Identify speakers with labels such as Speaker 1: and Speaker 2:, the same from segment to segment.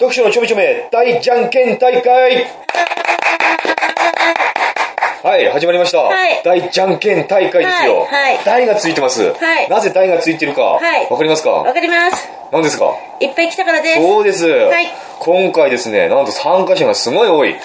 Speaker 1: 読書のちょめちょめ大じゃんけん大会。はい、始まりました。
Speaker 2: はい、
Speaker 1: 大じゃんけん大会ですよ。
Speaker 2: はいはい、
Speaker 1: 大がついてます。はい、なぜ大がついてるか、はい、わかりますか？
Speaker 2: わかります。
Speaker 1: 何ですか？
Speaker 2: いっぱい来たからです。
Speaker 1: そうです。
Speaker 2: はい。
Speaker 1: 今回ですね、なんと参加者がすごい多い。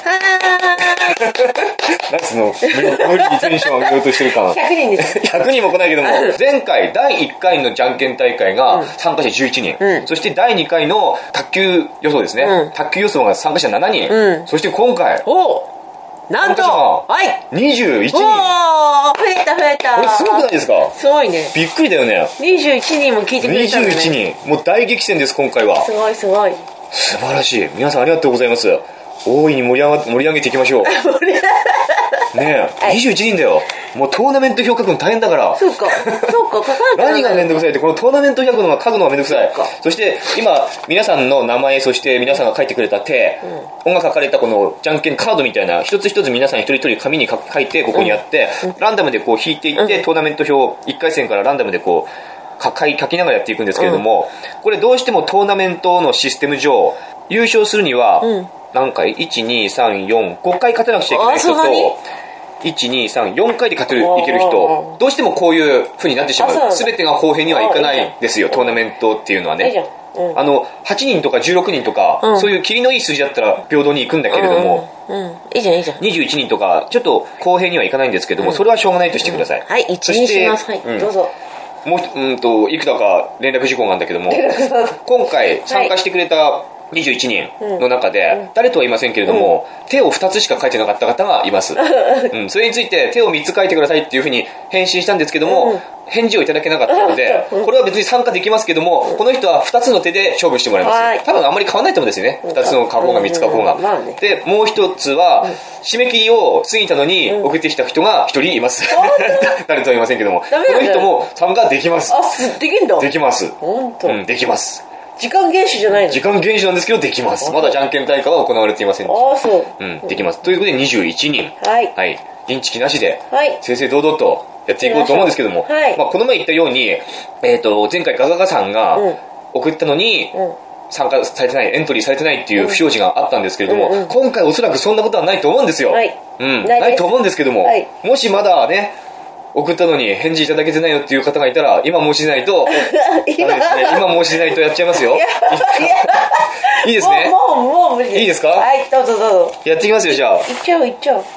Speaker 1: 何その無理にテンションを上げようとしてるか。
Speaker 2: 100人です。
Speaker 1: 100人も来ないけども、前回第1回のじゃんけん大会が参加者11人、うん、そして第2回の卓球予想ですね、うん、卓球予想が参加者7人、うん、そして今回
Speaker 2: なんと
Speaker 1: はい21人。
Speaker 2: おー、増えた。
Speaker 1: これすごくないですか？
Speaker 2: すごいね。
Speaker 1: びっくりだよね。
Speaker 2: 21人も聞いてくれたのね。
Speaker 1: 21人。もう大激戦です、今回は。
Speaker 2: すごい。素
Speaker 1: 晴らしい。皆さんありがとうございます。大いに盛り上げていきましょう。ねえ、はい、21人だよ。もうトーナメント表書くの大変だから。
Speaker 2: そうか、書かな
Speaker 1: 何がめんどくさいって、このトーナメント表書くのがめんどくさい。そして今皆さんの名前、そして皆さんが書いてくれた手、音が書かれたこのじゃんけんカードみたいな、一つ一つ皆さん一人一人紙に書いてここにやって、ランダムでこう引いていって、トーナメント表1回戦からランダムでこう書きながらやっていくんですけれども、これどうしてもトーナメントのシステム上優勝するには何回 ?1,2,3,4,5 回勝てなくちゃいけない人と、1,2,3,4 回で勝てるいける人、どうしてもこういう風になってしまう。全てが公平にはいかないですよ、トーナメントっていうのはね。8人とか16人とか、そういうキリのいい数字だったら平等にいくんだけれども、
Speaker 2: いいじゃん
Speaker 1: 21人とかちょっと公平にはいかないんですけども、それはしょうがないとしてください。
Speaker 2: はい、1にします。はい、どうぞ。
Speaker 1: もういくつか連絡事項があるんだけども、今回参加してくれた21人の中で、誰とは言いませんけれども、手を2つしか書いてなかった方がいます。それについて手を3つ書いてくださいっていうふうに返信したんですけども、返事をいただけなかったので、これは別に参加できますけども、この人は2つの手で勝負してもらいます。多分あんまり変わらないと思うんですよね。2つの書こうが3つ書こうが。で、もう1つは、締め切りを過ぎたのに送ってきた人が1人います。誰とは言いませんけども、この人も参加できます。
Speaker 2: できんだ。
Speaker 1: できます。できます。
Speaker 2: 時間厳守じゃないの？
Speaker 1: 時間厳守なんですけどできます。まだじゃんけん大会は行われていませんでした。
Speaker 2: そう。
Speaker 1: できます。ということで21人。はい。インチキなしで、正々堂々とやっていこうと思うんですけども、この前言ったように、前回ガガガさんが送ったのに、参加されてない、エントリーされてないっていう不祥事があったんですけれども、今回おそらくそんなことはないと思うんですよ。ないと思うんですけども、もしまだね、送ったのに返事いただけてないよっていう方がいたら、今申し出ないと今申し出ないとやっちゃいますよ。いいですね。
Speaker 2: もう無理です。
Speaker 1: いいですか？
Speaker 2: はい、どうぞ。
Speaker 1: やっていきますよ。じゃあ
Speaker 2: いっちゃう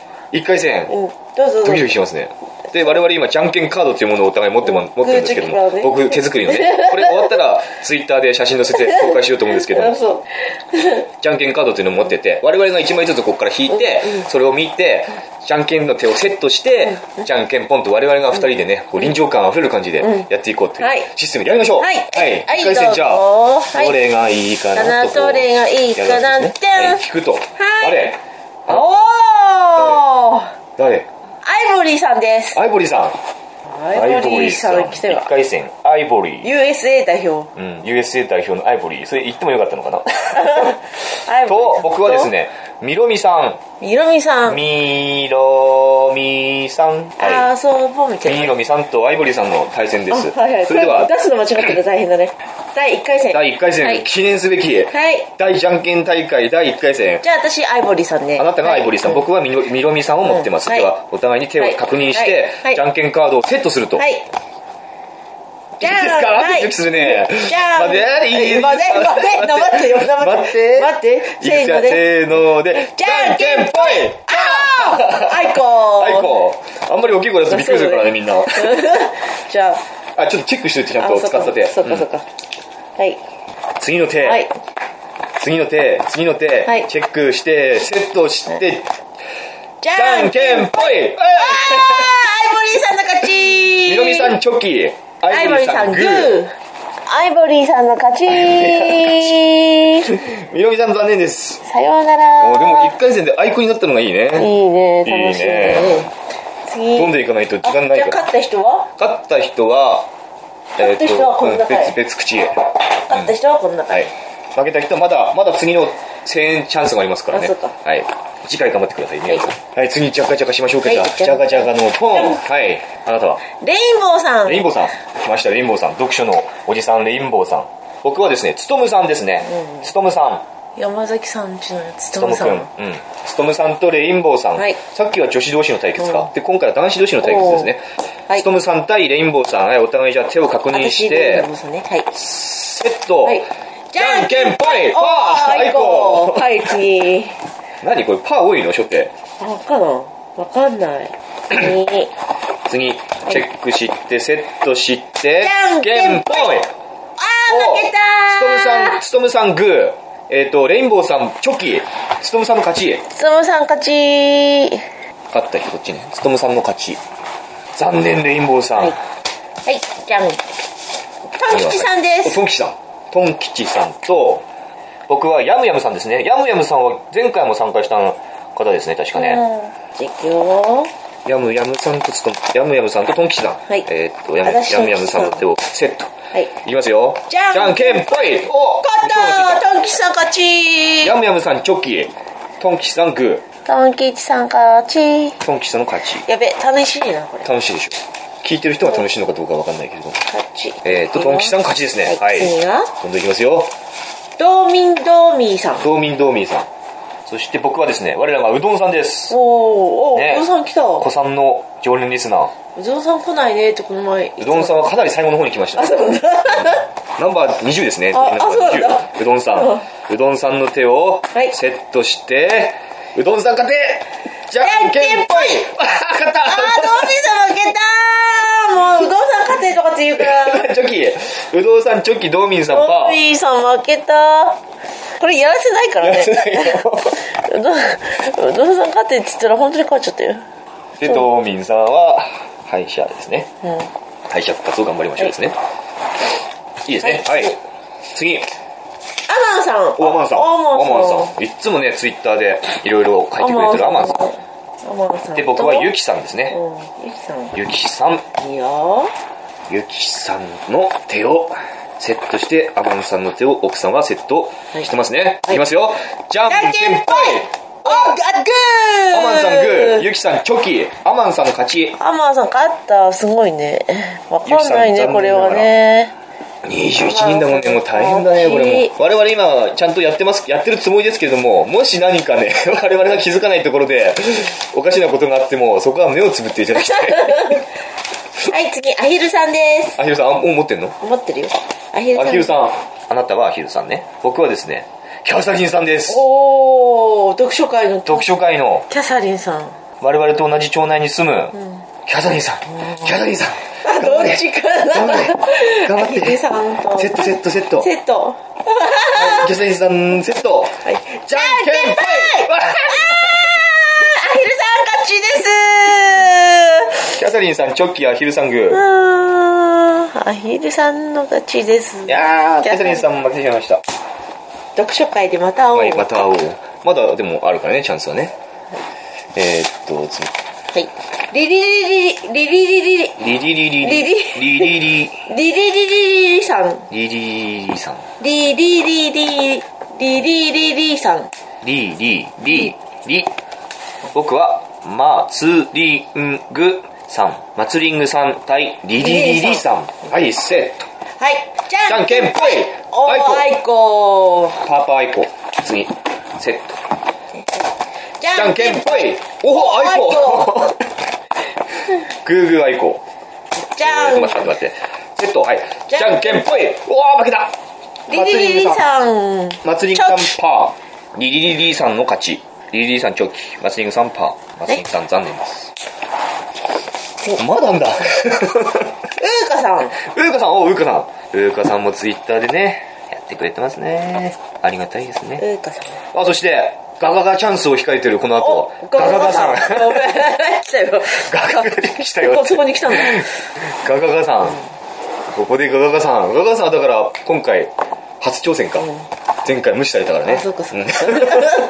Speaker 1: 1回戦、
Speaker 2: どうぞ
Speaker 1: ドキドキしますね。で、我々今じゃんけんカードっていうものをお互い持ってるんですけども、僕手作りのね、これ終わったらツイッターで写真載せて公開しようと思うんですけども、じゃんけんカードっていうのを持ってて、我々が1枚ずつここから引いて、それを見てじゃんけんの手をセットして、じゃんけんポンと我々が2人でね、臨場感あふれる感じでやっていこうというシステムでやりましょう。はい、1回戦じゃあどれがいいかなと、
Speaker 2: どれがいいかなって
Speaker 1: 聞くと、誰？誰？
Speaker 2: アイボリーさんです。
Speaker 1: アイボリーさん
Speaker 2: 来ては
Speaker 1: 1回戦アイボリー
Speaker 2: USA 代表、
Speaker 1: USA 代表のアイボリー、それ言ってもよかったのかなと、僕はですね、みろみさん、
Speaker 2: みろみさん、
Speaker 1: みろみさんとアイボリーさんの対戦です。
Speaker 2: それでは出すの間違ってて大変だね。第1回戦、
Speaker 1: 記念すべき大じゃんけん大会第1回戦。
Speaker 2: じゃあ私アイボリーさんね。
Speaker 1: あなたがアイボリーさん、僕はみろみさんを持ってます。ではお互いに手を確認してじゃんけんカードをセットすると。いいですか？ドキドキするね。
Speaker 2: じゃあ待って
Speaker 1: せーのでじゃんけんぽい。
Speaker 2: あいこ
Speaker 1: あんまり大きい声出すとびっくりするからね、みんな。
Speaker 2: じゃあ
Speaker 1: ちょっとチェックしておいて、ちゃんと使った手。
Speaker 2: そっか。はい。
Speaker 1: 次の手、チェックしてセットしてじゃんけんぽい。
Speaker 2: アイボリーさんの勝ち。
Speaker 1: みろみさんチョキ、
Speaker 2: アイボリーさんグー。アイボリーさんの勝ち。
Speaker 1: みろみさん残念です。
Speaker 2: さようなら。
Speaker 1: でも1回戦でアイコンになったのがいいね。
Speaker 2: いいね、楽しいね。
Speaker 1: 次どんでいかないと時間ないから。じゃあ
Speaker 2: 勝った人はこんな
Speaker 1: 別口へ。
Speaker 2: 勝った人はこんな
Speaker 1: 負けた人はまだ次の1000円チャンスがありますからね。はい。次回頑張ってくださいね。はい、次ジャカジャカしましょうか。じゃあジャカジャカのポン。はい、あなたは
Speaker 2: レインボーさん
Speaker 1: 来ました。レインボーさん、読書のおじさんレインボーさん。僕はですね、つとむさんですね。つとむさん
Speaker 2: 山崎さんちのやつ、
Speaker 1: ストムくん。うん。ストムさんとレインボーさん。
Speaker 2: はい
Speaker 1: さっきは女子同士の対決か。で、今回は男子同士の対決ですね。
Speaker 2: はい
Speaker 1: ストムさん対レインボーさん。はい、お互いじゃあ手を確認し
Speaker 2: 私
Speaker 1: て、
Speaker 2: ね、はい。
Speaker 1: セット。
Speaker 2: はい。
Speaker 1: じゃんけんぽいパー
Speaker 2: はい、こう。はい、次。
Speaker 1: 何これパー多いの初手。
Speaker 2: わかんない。
Speaker 1: 次、チェックして、セットして、
Speaker 2: じゃんけんぽい
Speaker 1: 負けたストムさんグー。レインボーさんチョキ。ストムさんの勝ち。
Speaker 2: ストムさん勝ち。
Speaker 1: 勝った人こっちね。ストムさんの勝ち。残念、レインボーさん。
Speaker 2: はい、じゃん。トン吉さんです。
Speaker 1: トン吉さん。トン吉さんと、僕はヤムヤムさんですね。ヤムヤムさんは前回も参加した方ですね、確かね。
Speaker 2: いくよ。
Speaker 1: ヤムヤムさんとトン吉さん。
Speaker 2: はい。
Speaker 1: ヤムヤムさんの手をセット。
Speaker 2: はい。
Speaker 1: いきますよ。じゃんけんぽい。お、
Speaker 2: 勝ったトン吉さん勝ち。
Speaker 1: ヤムヤムさんチョキ。トン吉さんグー。
Speaker 2: トン吉さん勝ち。
Speaker 1: トン吉さんの勝ち。
Speaker 2: やべ、楽しいな、これ。
Speaker 1: 楽しいでしょ。聞いてる人が楽しいのかどうかわかんないけれど。
Speaker 2: 勝ち。
Speaker 1: トン吉さん勝ちですね。はい。
Speaker 2: 次が
Speaker 1: どんどんいきますよ。
Speaker 2: ドーミンドーミーさん。
Speaker 1: ドーミンさん。そして僕はですね、我らがうどんさんです。
Speaker 2: おー、
Speaker 1: ね、
Speaker 2: うどんさん来た。
Speaker 1: 子さんの常連リスナー。
Speaker 2: うどんさん来ないねってこの前。
Speaker 1: うどんさんはかなり最後の方に来ました。
Speaker 2: あ、そうなんだ。
Speaker 1: ナンバー20ですね。
Speaker 2: あ、そうなんだ。
Speaker 1: うどんさん。うどんさんの手をセットして、うどんさん勝てじゃんけんぽい勝った
Speaker 2: ドーミーさん負けたもううどんさん勝てとかって言うから
Speaker 1: チョキうどんさんチョキドーミンさんパー
Speaker 2: ドーミーさん負けたこれやらせないからねうどんさん勝てって言ったら本当に勝っちゃったよ
Speaker 1: でドーミンさんは敗者ですね、敗者復活を頑張りましょうですね、いいですね、はい、次
Speaker 2: アマンさん
Speaker 1: アマンさんいっつもねツイッターでいろいろ書いてくれてるアマンさんで僕はユキさんですね、ユキさん
Speaker 2: いいよ
Speaker 1: ユキさんの手をセットしてアマンさんの手を奥さんはセットしてますね、いきますよじゃんけんぽい
Speaker 2: グー
Speaker 1: アマンさんグーユキさんチョキアマンさんの勝ち
Speaker 2: アマンさん勝ったすごいねわかんないねこれはね
Speaker 1: 21人だもんねもう大変だねこれも我々今ちゃんとやってるつもりですけれどももし何かね我々が気づかないところでおかしなことがあってもそこは目をつぶっていただきたい
Speaker 2: はい次アヒルさんです
Speaker 1: アヒルさんもう持ってんの
Speaker 2: 持ってるよアヒ
Speaker 1: ルさんあなたはアヒルさんね僕はですねキャサリンさんです
Speaker 2: おー読書会の
Speaker 1: キ
Speaker 2: ャサリンさん
Speaker 1: 我々と同じ町内に住む、キャサリンさん
Speaker 2: どっちかな
Speaker 1: 頑張って
Speaker 2: アヒルさんと
Speaker 1: セット
Speaker 2: セット
Speaker 1: キャサリンさんセット
Speaker 2: じゃんけんぽいアヒルさん勝ちです
Speaker 1: キャサリンさんチョッキアヒルさんグー
Speaker 2: アヒルさんの勝ちです
Speaker 1: いやーキャサリンさん負けてしまいました
Speaker 2: 読書会でまた会おう、
Speaker 1: はい、また会おうまだでもあるからねチャンスはね次
Speaker 2: はいリリリリリリリリリリリリリリリリリリさん
Speaker 1: リリリさん
Speaker 2: リリリリリリリリさん
Speaker 1: リリリリ僕はマツリングさんマツリングさん対リリリリさんはいセット
Speaker 2: はい
Speaker 1: じゃんけんぽい
Speaker 2: あいこ
Speaker 1: パーパーあいこ次セット
Speaker 2: じゃんけんぽい
Speaker 1: おおあいこグーグーあいこ
Speaker 2: じゃん
Speaker 1: 待ってセットはいじゃんけんぽいおお負けた
Speaker 2: リリリリさん
Speaker 1: マツリングさんパーリリリリさんの勝ちリリリリさんチョキマツリングさんパーマツリングさん残念ですまだあんだ
Speaker 2: ウーカさん
Speaker 1: ウーカさんもツイッターでねやってくれてますねありがたいですね
Speaker 2: ウーカさん
Speaker 1: そしてガガガチャンスを控えてるこの後ガガガさん
Speaker 2: 来たよ
Speaker 1: ガガガ来たよ
Speaker 2: そこに来たんだ
Speaker 1: ガガガさんここでガガガさんはだから今回初挑戦か前回無視されたからね
Speaker 2: そうか勝て
Speaker 1: ガ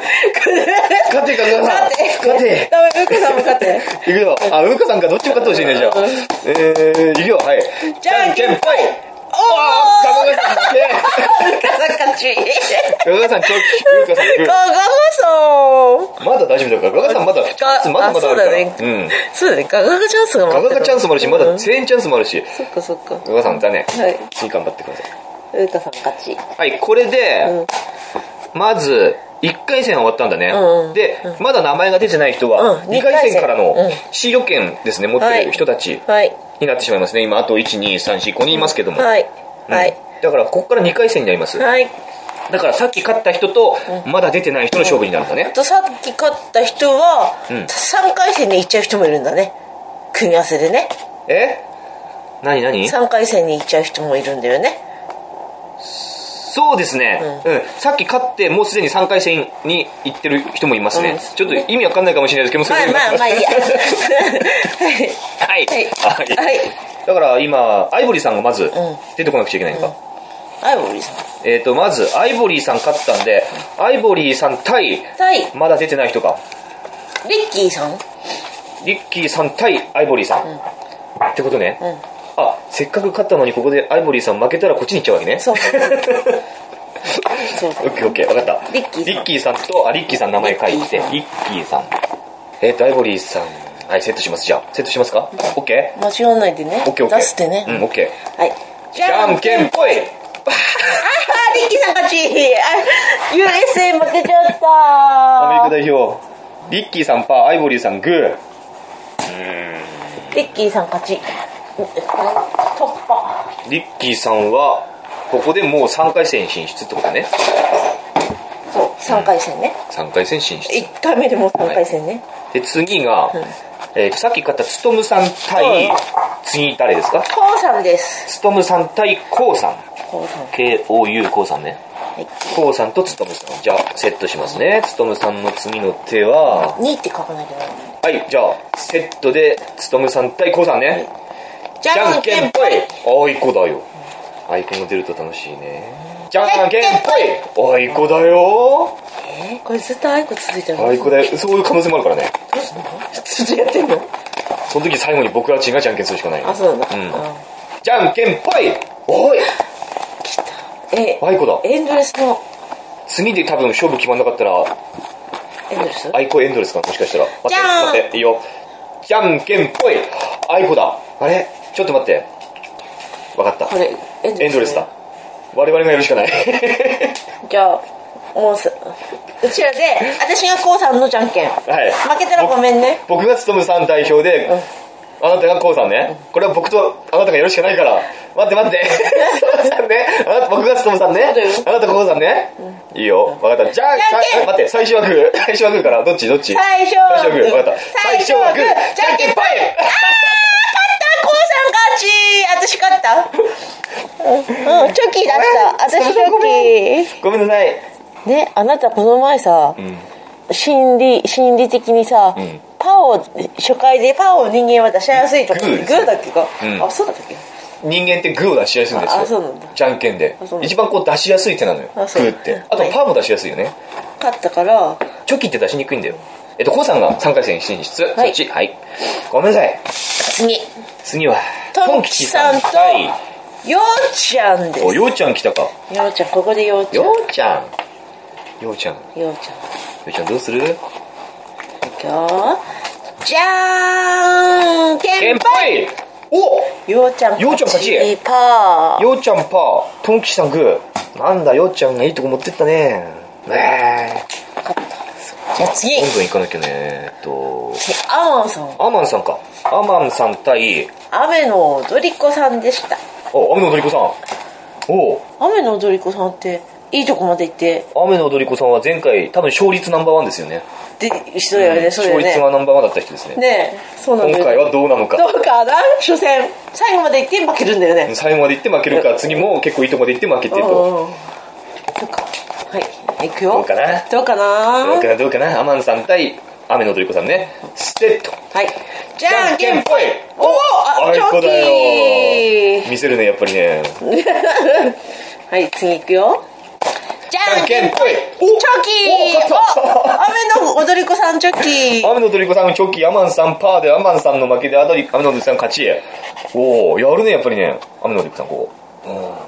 Speaker 1: ガガさん勝て
Speaker 2: ダメウーカさんも勝て
Speaker 1: いくよウーカさんかどっちも勝ってほしいねじゃあいくよはい
Speaker 2: じゃんけんぽい
Speaker 1: ガガガさん負け
Speaker 2: ウーカさん勝ち
Speaker 1: ガガガさんチョキウーカさんグー
Speaker 2: ガガさん
Speaker 1: まだ大丈夫だからガガさんまだ2つまだまだあるから
Speaker 2: そうだねガガガチャンスが
Speaker 1: ガガガチャンスもあるしまだ1000円チャンスもあるし
Speaker 2: そっか
Speaker 1: ガガさん残念
Speaker 2: はい
Speaker 1: 次頑張ってください
Speaker 2: ウーカさん勝ち
Speaker 1: はいこれでまず、1回戦は終わったんだね。
Speaker 2: うん
Speaker 1: で、まだ名前が出てない人は、2回戦からのシード権ですね、持ってる人たちになってしまいますね。今、あと1、2、3、4、5人いますけども。
Speaker 2: はい。はい。
Speaker 1: だから、ここから2回戦になります。
Speaker 2: はい。
Speaker 1: だから、さっき勝った人と、まだ出てない人の勝負になるんだね。
Speaker 2: さっき勝った人は、3回戦に行っちゃう人もいるんだね。組み合わせでね。
Speaker 1: 何
Speaker 2: ?3 回戦に行っちゃう人もいるんだよね。
Speaker 1: そうですね、さっき勝ってもうすでに3回戦に行ってる人もいますね、ちょっと意味わかんないかもしれないですけど、
Speaker 2: まあいいや
Speaker 1: はい、だから今アイボリーさんがまず出てこなくちゃいけないのか、
Speaker 2: アイボリーさ
Speaker 1: んまずアイボリーさん勝ったんで、アイボリーさん対まだ出てない人か、
Speaker 2: リッキーさん
Speaker 1: 対アイボリーさん、ってことね、せっかく勝ったのにここでアイボリーさん負けたらこっちに行っちゃうわけね。そうオッケー分かった。リッキーさんとリッキーさん名前書いて、リッキーさん、アイボリーさん、はい、セットします。じゃあセットしますか。オッケー、
Speaker 2: 間違わないでね。
Speaker 1: オッケー
Speaker 2: 出してね。
Speaker 1: オッケ
Speaker 2: ー。はい、
Speaker 1: じゃんけんぽい。
Speaker 2: リッキーさん勝ち。USA 負けちゃった。
Speaker 1: アメリカ代表、リッキーさんパー、アイボリーさんグー。
Speaker 2: リッキーさん勝ち。突破。
Speaker 1: リッキーさんはここでもう3回戦進出ってことね。
Speaker 2: そう、3回戦ね。
Speaker 1: 3回戦進出。
Speaker 2: 1回目でもう3回戦ね。
Speaker 1: で次が、さっき勝ったつとむさん対、次誰ですか。
Speaker 2: コウさんです。
Speaker 1: つとむさん対コウさん。KOU コウさんね。コウさんとつとむさん。じゃあセットしますね。つとむさんの次の手は
Speaker 2: 2って書かないとね。
Speaker 1: はい、じゃあセットでつとむさん対コウさんね。じゃんけんぽい。あいこだよ。アイコンが出ると楽しいね。じゃんけんぽい。あいこだよ。
Speaker 2: これずっとあいこ続いてるの。
Speaker 1: あいこだよ。そういう可能性もあるからね。
Speaker 2: どうすんの？ずっとやってんの？
Speaker 1: その時最後に僕らちがじゃんけんするしかないの。
Speaker 2: そうなんだ。
Speaker 1: じゃんけんぽい。おい。
Speaker 2: 来た。
Speaker 1: あいこだ。
Speaker 2: エンドレスの。
Speaker 1: 次で多分勝負決まんなかったら。
Speaker 2: エンドレス？
Speaker 1: あいこエンドレスかもしかしたら。
Speaker 2: じゃん。
Speaker 1: 待って、いいよ。じゃんけんぽい。あいこだ。あれ？ちょっと待って。分かった。
Speaker 2: これ
Speaker 1: エンドレスだ。我々がやるしかない。
Speaker 2: じゃあもううちらで私がコウさんのじゃんけん。はい。負けたらごめんね。
Speaker 1: 僕がつとむさん代表で、あなたがコウさんね。これは僕とあなたがやるしかないから。待って。つとむさんね。僕がつとむさんね。あなたがコウさんね。いいよ。分かった。じゃあ待って。最初はグーからどっち？最初はグー。分かった。最初はグー。じゃんけんぽい。
Speaker 2: コウさん勝ち。私勝った。チョキ出した。私チョキ。
Speaker 1: ごめんなさい。
Speaker 2: ね、あなたこの前さ、心理的にさ、初回でパーを人間は出しやすいとか、グーだっけか。そうだったっけ。
Speaker 1: 人間ってグーを出しやすいんですよ。
Speaker 2: そうなんだ。
Speaker 1: じゃんけんで。一番こう出しやすい手なのよ。グーって。あとパーも出しやすいよね。
Speaker 2: 勝ったから。
Speaker 1: チョキって出しにくいんだよ。コウさんが3回戦進出。そっち。はい。ごめんなさい。次は、トン吉さん対、
Speaker 2: ようちゃんです。
Speaker 1: ようちゃん来たか。
Speaker 2: ようちゃん、ここでようちゃん。
Speaker 1: ようちゃんどうする？
Speaker 2: じゃーんけんぽい。ようちゃん勝ち。パー。
Speaker 1: ようちゃんパー。トン吉さんグー。なんだ、ようちゃんがいいとこ持ってったね。
Speaker 2: 勝った。じゃあ次。
Speaker 1: どんどん行かなきゃね。
Speaker 2: アマンさん。
Speaker 1: アマンさんか。アマンさん対
Speaker 2: 雨の踊り子さんでした。
Speaker 1: 雨の踊り子さん。
Speaker 2: 雨の踊り子さんっていいとこまで行って。
Speaker 1: 雨の踊り子さんは前回多分勝率ナンバーワンですよね。
Speaker 2: 人だよね、そうだよね。
Speaker 1: 勝率がナンバーワンだった人ですね。
Speaker 2: ねえ、そうなんだよ。
Speaker 1: 今回はどうなのか。
Speaker 2: どうかな？初戦最後まで行って負けるんだよね。
Speaker 1: 最後まで行って負けるか、次も結構いいとこまで行って負けてると。
Speaker 2: そうか。はい、行くよ。
Speaker 1: どうかな。アマンさん対雨の踊り子さんね。ステッド。
Speaker 2: はい。じゃんけんぽい。
Speaker 1: あいこだよ。見せるね、やっぱりね。
Speaker 2: はい、次行くよ。じゃんけんぽい。チョキ。雨の踊り子さんチョキ。
Speaker 1: 雨の踊り子さんチョキ。アマンさんパーでアマンさんの負けで雨の踊りさん勝ち。やるね、やっぱりね。雨の踊り子さんこう。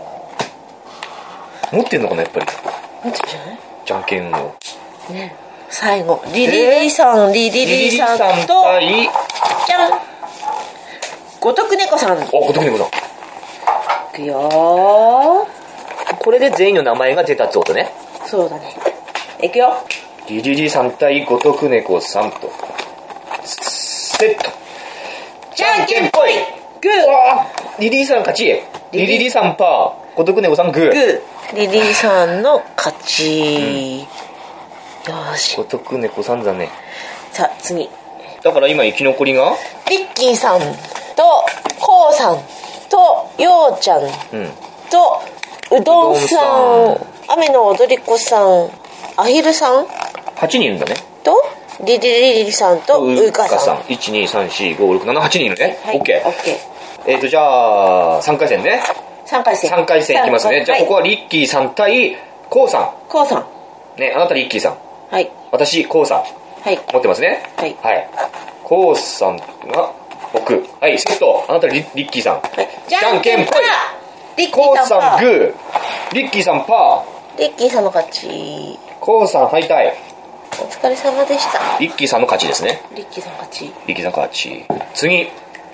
Speaker 1: 持ってんのかな、やっぱり。
Speaker 2: 持ってるじゃない？
Speaker 1: じゃんけんを。
Speaker 2: ね。最後リリーさんとじゃんごとく猫さん。
Speaker 1: ごとく猫さん。
Speaker 2: いくよ。
Speaker 1: これで全員の名前が出たってことね。
Speaker 2: そうだね。 いくよ。
Speaker 1: リリリさん対五徳猫さんと。セット。
Speaker 2: じゃんけんぽいグー。
Speaker 1: リリーさん勝ち。リリリさんパー。五徳猫さんグー。
Speaker 2: グー。リリーさんの勝ち。よーし。
Speaker 1: 五徳猫さんだね。
Speaker 2: さあ、次。
Speaker 1: だから今生き残りが
Speaker 2: リッキーさんと、コウさんと、ヨウちゃんと、うどんさん、雨の踊り子さん、アヒルさん
Speaker 1: 8人いるんだね。
Speaker 2: と、リリリリさんと、ウーカさん。
Speaker 1: 1、2、3、4、5、6、7、8人いるね。
Speaker 2: はい、
Speaker 1: OK。
Speaker 2: OK。
Speaker 1: じゃあ、3回戦ね。
Speaker 2: 3回戦。
Speaker 1: 3回戦いきますね。じゃあ、ここはリッキーさん対、コウさん。
Speaker 2: コウさん。
Speaker 1: ね、あなたリッキーさん。
Speaker 2: はい。
Speaker 1: 私、コウさん。
Speaker 2: はい。
Speaker 1: 持ってますね。
Speaker 2: はい。
Speaker 1: はい。コウさんが僕。はい、セット。あなたリッキーさん。はい。
Speaker 2: じゃんけんぽい。リッキ
Speaker 1: コウ
Speaker 2: ーさん
Speaker 1: さんグー。リッキーさんパ
Speaker 2: ー。リッキーさんの勝ち。
Speaker 1: コウさん敗退。
Speaker 2: お疲れ様でした。
Speaker 1: リッキーさんの勝ちですね。
Speaker 2: リッキーさん勝ち。
Speaker 1: リッキーさん勝ち。次。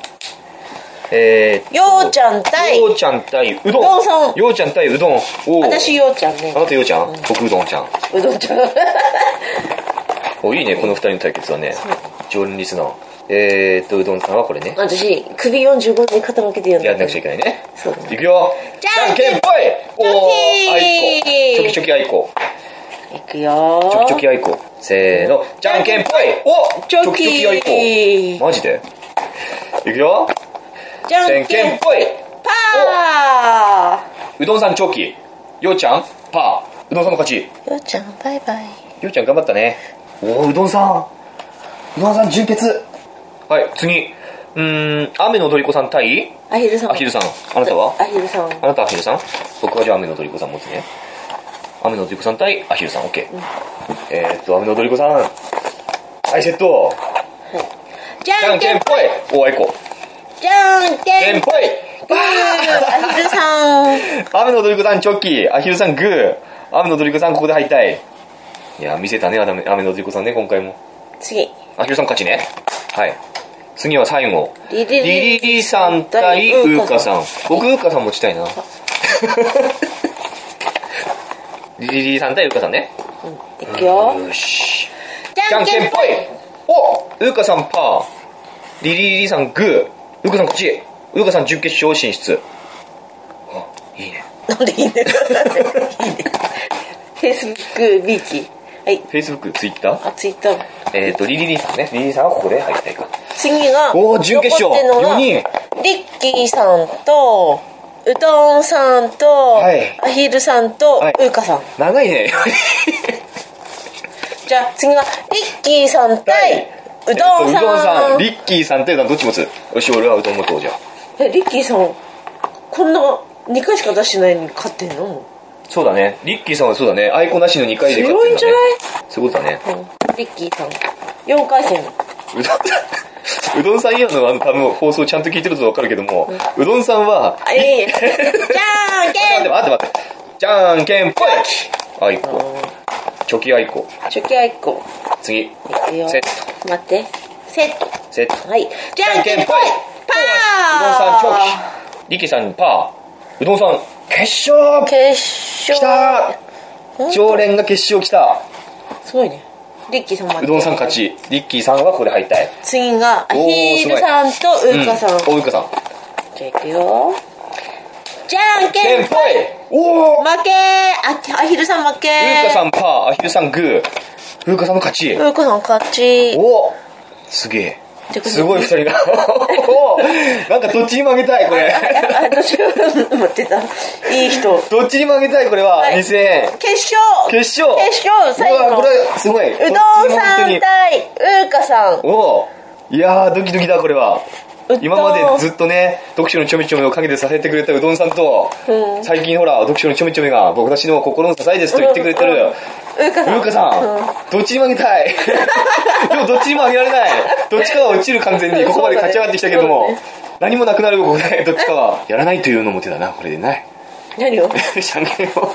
Speaker 2: ようちゃん対
Speaker 1: ようちゃん対うどん。
Speaker 2: うどんさん。
Speaker 1: ようちゃん対うどん。
Speaker 2: 私ようちゃんね。
Speaker 1: あなたようちゃん、僕うどんちゃん。
Speaker 2: うどんちゃん。
Speaker 1: お、いいね、この二人の対決はね。常連リスナー。うどんさんはこれね。
Speaker 2: 私、首45度に傾けてや
Speaker 1: んなくちゃいけないね。
Speaker 2: そうだね。
Speaker 1: いくよ。
Speaker 2: じゃんけんぽい。
Speaker 1: おー、あいこ。チョキチョキあいこ。
Speaker 2: いくよ。
Speaker 1: チョキチョキあいこ。せーの。じゃんけんぽい。お、
Speaker 2: チョキ
Speaker 1: チョキチョキあいこ。マジでいくよ。
Speaker 2: じゃんけんぽい。パ
Speaker 1: ー。うどんさんチョキ。ようちゃんパー。うどんさんの勝ち。
Speaker 2: ようちゃんバイバイ。
Speaker 1: ようちゃん頑張ったね。おー、うどんさん。うどんさん純潔。はい、次。雨の踊り子さん対
Speaker 2: アヒルさん。
Speaker 1: アヒルさん。あなたは
Speaker 2: アヒルさん。
Speaker 1: あなたはアヒルさん。僕はじゃあ雨の踊り子さん持つね。雨の踊り子さん対アヒルさん、OK。雨の踊り子さん。はい、セット。はい。
Speaker 2: じゃんけんぽい。
Speaker 1: おー、あいこ。
Speaker 2: じゃんけんぽい。アヒルさん。
Speaker 1: 雨の踊り子さんチョキ。アヒルさんグー。雨の踊り子さんここで敗退。いや、見せたね、雨の踊り子さんね、今回も。
Speaker 2: 次。
Speaker 1: アヒルさん勝ちね。はい。次は最後。
Speaker 2: リリ
Speaker 1: リさん対ウーカさん。僕ウーカさん持ちたいな。リリさん対ウーカさんね。
Speaker 2: いくよ。
Speaker 1: よし。じゃんけんぽい。お、ウーカさんパー。リさんグー。ウーカさん勝ち。ウーカさん準決勝進出。あ、いいね。
Speaker 2: なんでいいね。いいね。Facebook ビーチ。はい。
Speaker 1: Facebook、Twitter？
Speaker 2: あ、Twitter。
Speaker 1: リリさんね。リリさんはここで入りたいか。
Speaker 2: 次が、
Speaker 1: おー、準決勝。4人。
Speaker 2: リッキーさんと、うどんさんと、はい、アヒルさんと、はい、ウーカさん。
Speaker 1: 長いね。
Speaker 2: じゃあ次が、リッキーさん対、はい、うどんさん。
Speaker 1: うどんさん。リッキーさん対うどんどっち持つ？よし、俺はうどん持とうじゃ。
Speaker 2: リッキーさん、こんな2回しか出してないのに勝ってんの？
Speaker 1: そうだね。リッキーさんはそうだね。アイコなしの2回で勝ってんだね。
Speaker 2: 強いんじゃない？
Speaker 1: そういうことだね。
Speaker 2: リッキーさん、4回戦。
Speaker 1: うどんさん今の多分放送ちゃんと聞いてると分かるけども、うどんさんは、
Speaker 2: じゃんけん
Speaker 1: 待って。じゃんけんぽい。あいこ。チョキあいこ。
Speaker 2: チョキあいこ。
Speaker 1: 次。
Speaker 2: いくよ。
Speaker 1: セッ
Speaker 2: ト。待って。セット。はい。じゃんけんぽい。パー。
Speaker 1: うどんさんチョキ。リキさんパー。うどんさん決勝。来たー。常連が決勝来た。
Speaker 2: すごいね。リッキーさんも
Speaker 1: うどんさん勝ち。リッキーさんはこれ敗退。
Speaker 2: 次がアヒールさんとウーカさん。
Speaker 1: ウーカさん。
Speaker 2: じゃあいくよ。じゃんけんぽい。
Speaker 1: お
Speaker 2: 負けアヒルさん負け。
Speaker 1: ウーカさんパー、アヒルさんグー。ウーカさんの勝ち。
Speaker 2: ウーカさん勝ち。
Speaker 1: おすげえ。すごい二人が。なんかどっちにもあげたい、これ。
Speaker 2: どっちにも持ってた。いい人。
Speaker 1: どっちにもあげたい、これは。はい、2000円。
Speaker 2: 決勝最後の。
Speaker 1: これ、すごい。
Speaker 2: うどんさん対ウーカさん。
Speaker 1: いやー、ドキドキだ、これは。今までずっとね、読書のちょめちょめを陰で支えてくれたうどんさんと、最近ほら、読書のちょめちょめが僕たちの心の支えですと言ってくれてる、ウーカさん、どっちにもあげたい。でもどっちにもあげられない。どっちかは落ちる完全に、ここまで勝ち上がってきたけども、何もなくなるここで、どっちかはやらないというのも手だな、これでない。
Speaker 2: 何を
Speaker 1: シャンケンを。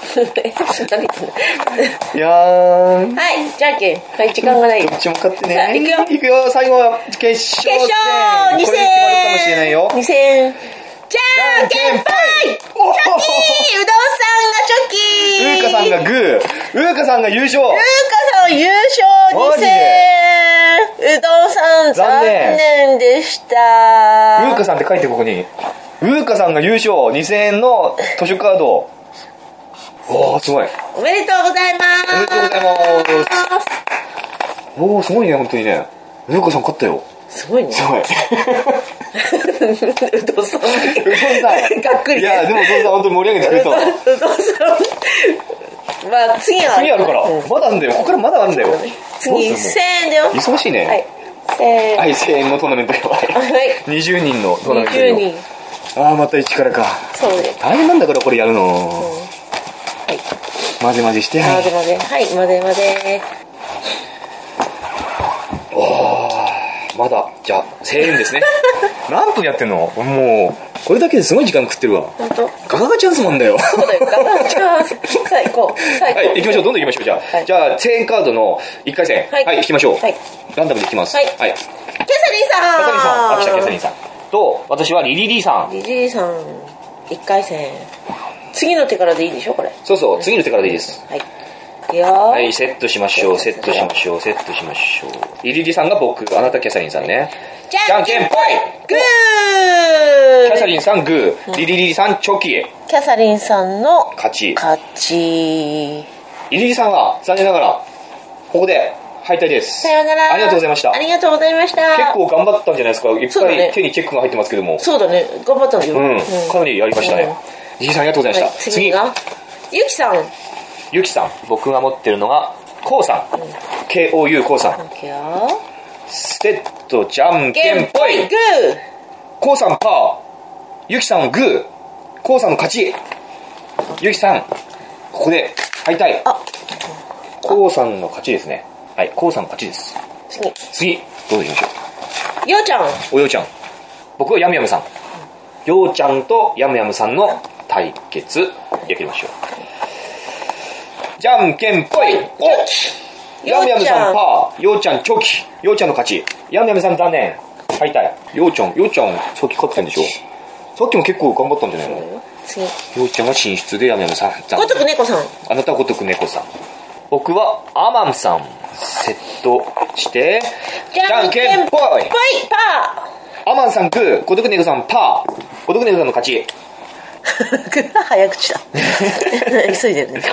Speaker 2: いやー。はい、じゃんけん。はい、時間がない。
Speaker 1: どっちも勝ってね。
Speaker 2: いく
Speaker 1: よ、最後は決勝戦。
Speaker 2: 決勝
Speaker 1: これで決まるかもしれないよ。
Speaker 2: 2000。じゃんけんぽいチョキうどんさんがチョキ
Speaker 1: ウーカさんがグー。ウーカさんが優勝。
Speaker 2: ウーカさん優勝2000円。うどんさん残念でした。
Speaker 1: ウーカさんって書いてここに。ウーカさんが優勝2000円の図書カード。おー、すごい。
Speaker 2: おめでとうございます。
Speaker 1: おめでとうございます。おー、すごいね、本当にね。ウーカさん勝ったよ。
Speaker 2: すごいね。
Speaker 1: すごい。
Speaker 2: うどんさん。
Speaker 1: うどんさん。
Speaker 2: がっくり。
Speaker 1: いや、でもうどんさん本当に盛り上げてくれたわ。
Speaker 2: うどんさん。まあ、次は
Speaker 1: あるから。まだあるんだよ。ここからまだあるんだよ。
Speaker 2: 次、1000円だよ。
Speaker 1: 忙しいね。
Speaker 2: はい。
Speaker 1: はい、1000円のトーナメントよ。はい。20人のトーナメントよ。
Speaker 2: 20人。
Speaker 1: ああ、また一からか。
Speaker 2: そうです。
Speaker 1: 大変なんだからこれやるの。
Speaker 2: はい。
Speaker 1: 混ぜ混ぜして。
Speaker 2: 混ぜ混ぜ。はい、混ぜ混ぜ。
Speaker 1: まだ、じゃあ、1000円ですね。何分やってんの？もう、これだけですごい時間食ってるわ。
Speaker 2: 本当？
Speaker 1: ガガガチャンスマンだよ。
Speaker 2: そうだよ、ガガチャンス。さあ行こう。
Speaker 1: はい、行きましょう。どんどん行きましょう。じゃあ、じゃあ、1000円カードの1回戦。はい、引きましょう。はい。ランダムで引きます。はい。キャサリンさん。
Speaker 2: キャサリンさん。
Speaker 1: 来た、キャサリンさん。と、私はリリリーさん。
Speaker 2: リリリーさん、1回戦。次の手からでいいでしょ、これ。
Speaker 1: そうそう、次の手からでいいです。
Speaker 2: はい。はい、
Speaker 1: セットしましょう、セットしましょう、セットしましょう。リリリさんが僕、あなたキャサリンさんね。
Speaker 2: じゃんけんぽいグー。
Speaker 1: キャサリンさんグー、リリリさんチョキ。
Speaker 2: キャサリンさんの
Speaker 1: 勝ち。
Speaker 2: リ
Speaker 1: リリさんは残念ながら、ここで敗退です。
Speaker 2: さようなら。
Speaker 1: ありがとうございました。
Speaker 2: ありがとうございました。
Speaker 1: 結構頑張ったんじゃないですか。いっぱい手にチェックが入ってますけども。
Speaker 2: そうだね、頑張ったんだよ。
Speaker 1: かなりやりましたね。リリさんありがとうございました。
Speaker 2: 次がゆきさん。
Speaker 1: ゆきさん、僕が持ってるのがこうさん、KOU こうさん。セットじゃんけんぽいグー。こうさんパー、ゆきさんグー、こうさんの勝ち。ゆきさんここで敗退。こうさんの勝ちですね。はい、こうさんの勝ちです。次どうぞいきましょ
Speaker 2: う。ようちゃん。
Speaker 1: おようちゃん、僕はやむやむさん。ようちゃんとやむやむさんの対決やりましょう。じゃんけんぽいお、やむやむさんパー、ようちゃんチョキ。ようちゃんの勝ち。やむやむさん残念敗退。ようちゃんさっき勝ってんでしょ。さっきも結構頑張ったんじゃないの。ようちゃんが進出でやむやむさん残念。
Speaker 2: ごとく猫さん。あ
Speaker 1: なたはごとく猫さん。僕はアマンさん。セットして
Speaker 2: じゃんけんぽいパ
Speaker 1: ー。アマンさんグー、ごとく猫さんパー。ごとく猫さんの勝ち。
Speaker 2: 早口だ。急いでるね。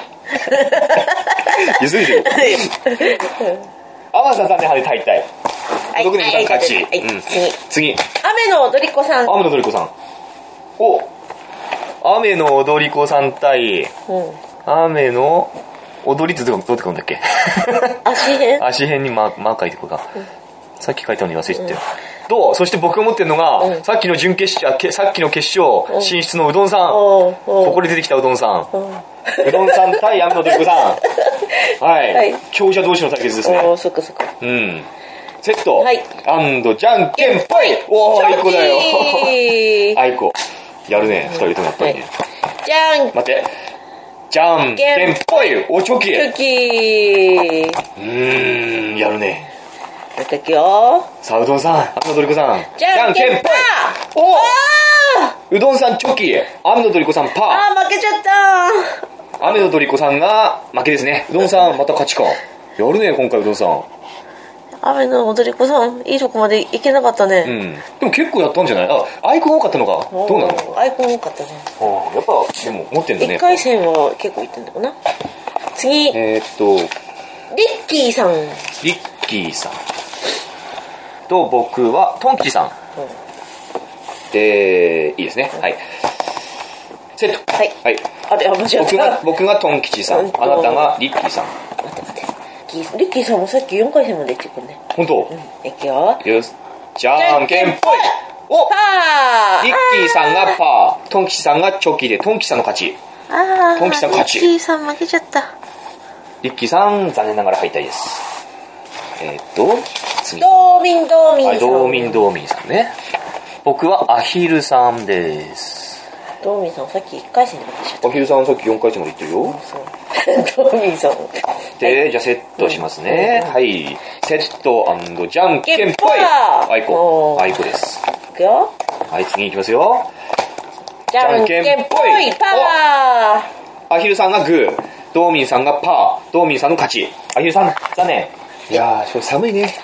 Speaker 1: 急いでる。アマンさん残念敗退。ごとく猫さん勝ち。次。
Speaker 2: 雨の踊り子さん。
Speaker 1: 雨の踊り子さん。お、雨の踊り子さん対、雨の踊りってどうやって書くんだっけ。足辺にマー書いてこうか。さっき書いたのに忘れちゃったよ。そして僕が持ってるのが、さっきの決勝進出のうどんさん。ここで出てきたうどんさん。うどんさん対雨の踊り子さん。はい。強者同士の対決ですね。
Speaker 2: そっか。
Speaker 1: セット。じゃんけんぽい。おー、あいこだよ。あいこ。やるね、二人ともやっぱりね。待って。じゃんけんぽい。お、チョキ。やるね。
Speaker 2: やったっけよ。
Speaker 1: さあ、うどんさん、雨の踊り子さん。
Speaker 2: じゃんけんぽい。
Speaker 1: うどんさんチョキ。雨の踊り子さんパー。
Speaker 2: 負けちゃった。
Speaker 1: 雨の踊り子さんが負けですね。うどんさんまた勝ちか。やるね、今回うどんさん。
Speaker 2: 雨の踊り子さん、いいとこまで行けなかったね。
Speaker 1: でも結構やったんじゃない？アイコン多かったのか。どうなの？
Speaker 2: アイコン多かったね。
Speaker 1: やっぱ、でも持ってんだね。
Speaker 2: 1回戦は結構いってんだかな。次。リッキーさん。
Speaker 1: リッキーさん。と、僕は、トン吉さん。で、いいですね。はい。セット。はい。
Speaker 2: あれ、間違った。
Speaker 1: 僕がトン吉さん。あなたがリッキーさん。
Speaker 2: 待って。リッキーさんもさっき4回戦まで行ってくるね。
Speaker 1: 本当？
Speaker 2: いくよ。
Speaker 1: よし。じゃんけんぽい。お、
Speaker 2: パー。
Speaker 1: リッキーさんがパー。トン吉さんがチョキで、トン吉さんの勝ち。トン吉さん勝ち。
Speaker 2: リッキーさん負けちゃった。
Speaker 1: リッキーさん、残念ながら敗退です。次。
Speaker 2: ドーミンさん。
Speaker 1: ドーミンさんね。僕はアヒルさんです。
Speaker 2: ドーミンさんさっき1回戦で負けちゃった。
Speaker 1: アヒルさんさっき4回戦まで行ってるよ。
Speaker 2: ドーミンさん。
Speaker 1: で、じゃあセットしますね。はい。セット&じゃんけんぽい。あいこです。
Speaker 2: いくよ。
Speaker 1: はい、次行きますよ。
Speaker 2: じゃんけんぽいパー。
Speaker 1: アヒルさんがグー、ドーミンさんがパー、ドーミンさんの勝ち。アヒルさん残念。いやー、寒いね。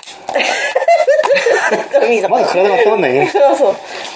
Speaker 1: まだ体が温まんないね。
Speaker 2: そうそう。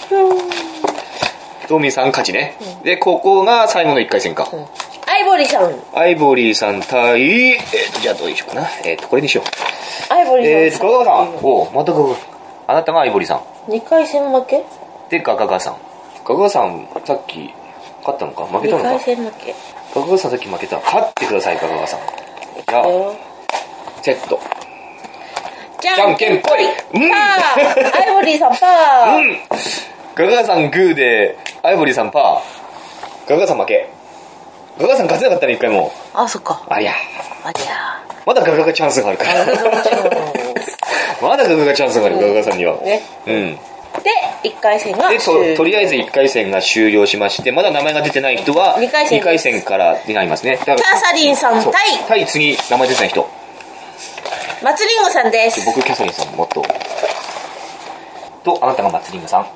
Speaker 1: ドーミンさん勝ちね。で、ここが最後の1回戦か。
Speaker 2: アイボリーさん。
Speaker 1: アイボリーさん対、じゃあどうしようかな。これにしよう。
Speaker 2: アイボリーさん。
Speaker 1: ガガガさん。おまたガガガ。あなたがアイボリーさん。
Speaker 2: 2回戦負け
Speaker 1: で、ガガガさん。ガガガさん、さっき、勝ったのか負けたのか
Speaker 2: ?2 回戦負け。
Speaker 1: ガガガさんさっき負けた。勝ってください、ガガガさん。じゃあ、セット。
Speaker 2: じゃんけんぽい
Speaker 1: うん。
Speaker 2: パー。アイボリーさんパー。
Speaker 1: うん。ガガガさんグーで、アイボリーさんパー。ガガガさん負け。ガガガさん勝てなかったね、一回も。
Speaker 2: あ、そっか。
Speaker 1: ありゃ。
Speaker 2: ありゃ。
Speaker 1: まだガガガチャンスがあるから。まだガガガチャンスがある、ガガガさんには。
Speaker 2: ね。
Speaker 1: うん。
Speaker 2: で、1回戦が
Speaker 1: でとりあえず1回戦が終了しまして、まだ名前が出てない人は
Speaker 2: 2回戦
Speaker 1: からになりますね。キャ
Speaker 2: サリンさん
Speaker 1: 対次名前出てない人。
Speaker 2: 松リンゴさんです。
Speaker 1: 僕キャサリンさんもっとあなたが松リンゴさん。
Speaker 2: はい。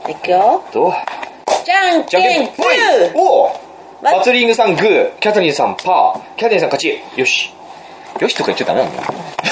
Speaker 2: いくよ。じゃんけんぽい。
Speaker 1: おお。松リンゴさんグー、キャサリンさんパー、キャサリンさん勝ち。よし。よしとか言っちゃダメなんだよ。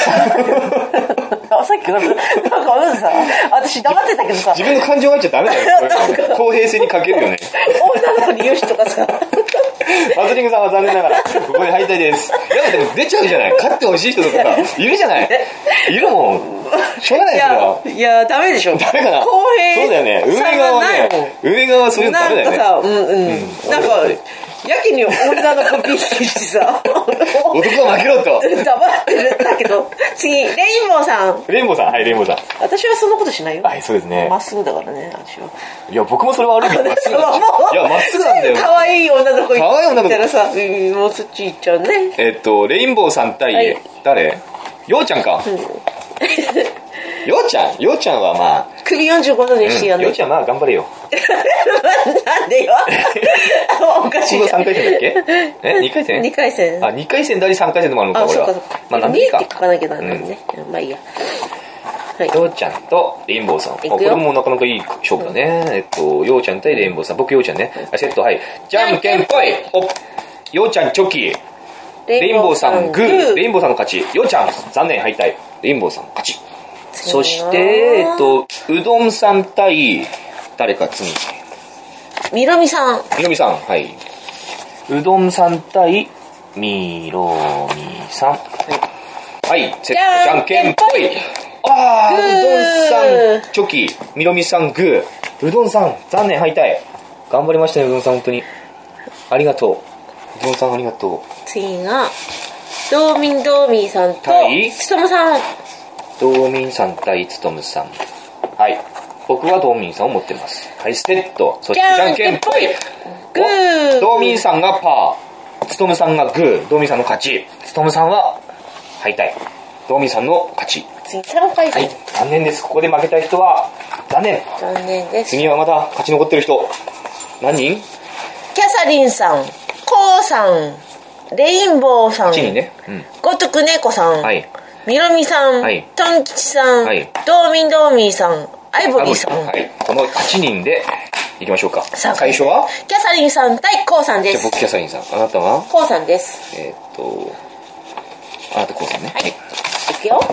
Speaker 2: さっきなんかさ、私黙ってたけどさ、
Speaker 1: 自分の感情が入っちゃダメだよ。公平性に欠けるよね。
Speaker 2: 女の子によしとかさ。
Speaker 1: マズリングさんは残念ながらここに敗退です。いやでも出ちゃうじゃない。勝ってほしい人とかさいるじゃない。いるもん。しょうがないですよ。
Speaker 2: いやダメでしょ。
Speaker 1: ダメかな。
Speaker 2: 公平。
Speaker 1: そうだよね。運営側はね、運営側はそういうのダメだよね。
Speaker 2: なんかさ、なんかやけに女の子ビッチしてさ、
Speaker 1: 男は負けろと
Speaker 2: 黙ってるんだけど、次レインボーさん。
Speaker 1: レインボーさん、はい、レインボーさん。
Speaker 2: 私はそんなことしないよ。
Speaker 1: はい、そうですね。
Speaker 2: まっすぐだからね、私は。
Speaker 1: いや、僕もそれはある意味まっすぐなんですよ。いや、まっすぐなんだよ。
Speaker 2: 可愛い女の子
Speaker 1: 可愛い女の子
Speaker 2: いたらさ、もうそっち行っちゃうね。
Speaker 1: レインボーさん対、誰？ようちゃんか。ようちゃんはまあ
Speaker 2: 首45度にしてやんね。
Speaker 1: ようちゃんまあ頑張れよ。
Speaker 2: なんでよ。おかしい。
Speaker 1: 3回戦だっけ？2回戦？
Speaker 2: 2回戦。
Speaker 1: あ、2回戦だり3回戦でもあるのか、これは。まあ、なんでいいか。
Speaker 2: 2って書かなきゃなんないね。まあいいや。
Speaker 1: ようちゃんとレインボーさん。これもなかなかいい勝負だね。ようちゃん対レインボーさん。僕ようちゃんね。セット、はい。じゃんけんぽい。お、ようちゃんチョキ。レインボーさんグー。レインボーさんの勝ち。ようちゃん残念敗退。レインボーさん勝ち。そしてうどんさん対誰か次。
Speaker 2: みろみさん。
Speaker 1: みろみさん、はい。うどんさん対みろみさん。はい、セットじゃんけんぽい。あー、うどんさんチョキ、みろみさんグー。うどんさん残念敗退。頑張りましたね、うどんさん本当に。ありがとう。うどんさんありがとう。
Speaker 2: 次がドーミンさんとつとむさん。
Speaker 1: ドーミンさん対つとむさん。はい。僕はドーミンさんを持ってます。はい、セット。そしてじゃんけんぽい。
Speaker 2: グー。
Speaker 1: ドーミンさんがパー。つとむさんがグー。ドーミンさんの勝ち。つとむさんは敗退。ドーミンさんの勝ち。
Speaker 2: 次3回戦。
Speaker 1: はい、残念です。ここで負けた人は残念。
Speaker 2: 残念です。
Speaker 1: 次はまだ勝ち残ってる人。何人？
Speaker 2: キャサリンさん、コウさん、レインボーさん、
Speaker 1: 8人ね。
Speaker 2: ごとくねこさん、
Speaker 1: はい。
Speaker 2: みろみさん、トン吉さん、ドーミンさん、アイボリーさん。
Speaker 1: はい。この8人でいきましょうか。最初は
Speaker 2: キャサリンさん対コウさんです。
Speaker 1: じゃあ僕キャサリンさん。あなたは
Speaker 2: コウさんです。
Speaker 1: あなたコウさんね。
Speaker 2: はい。いくよ。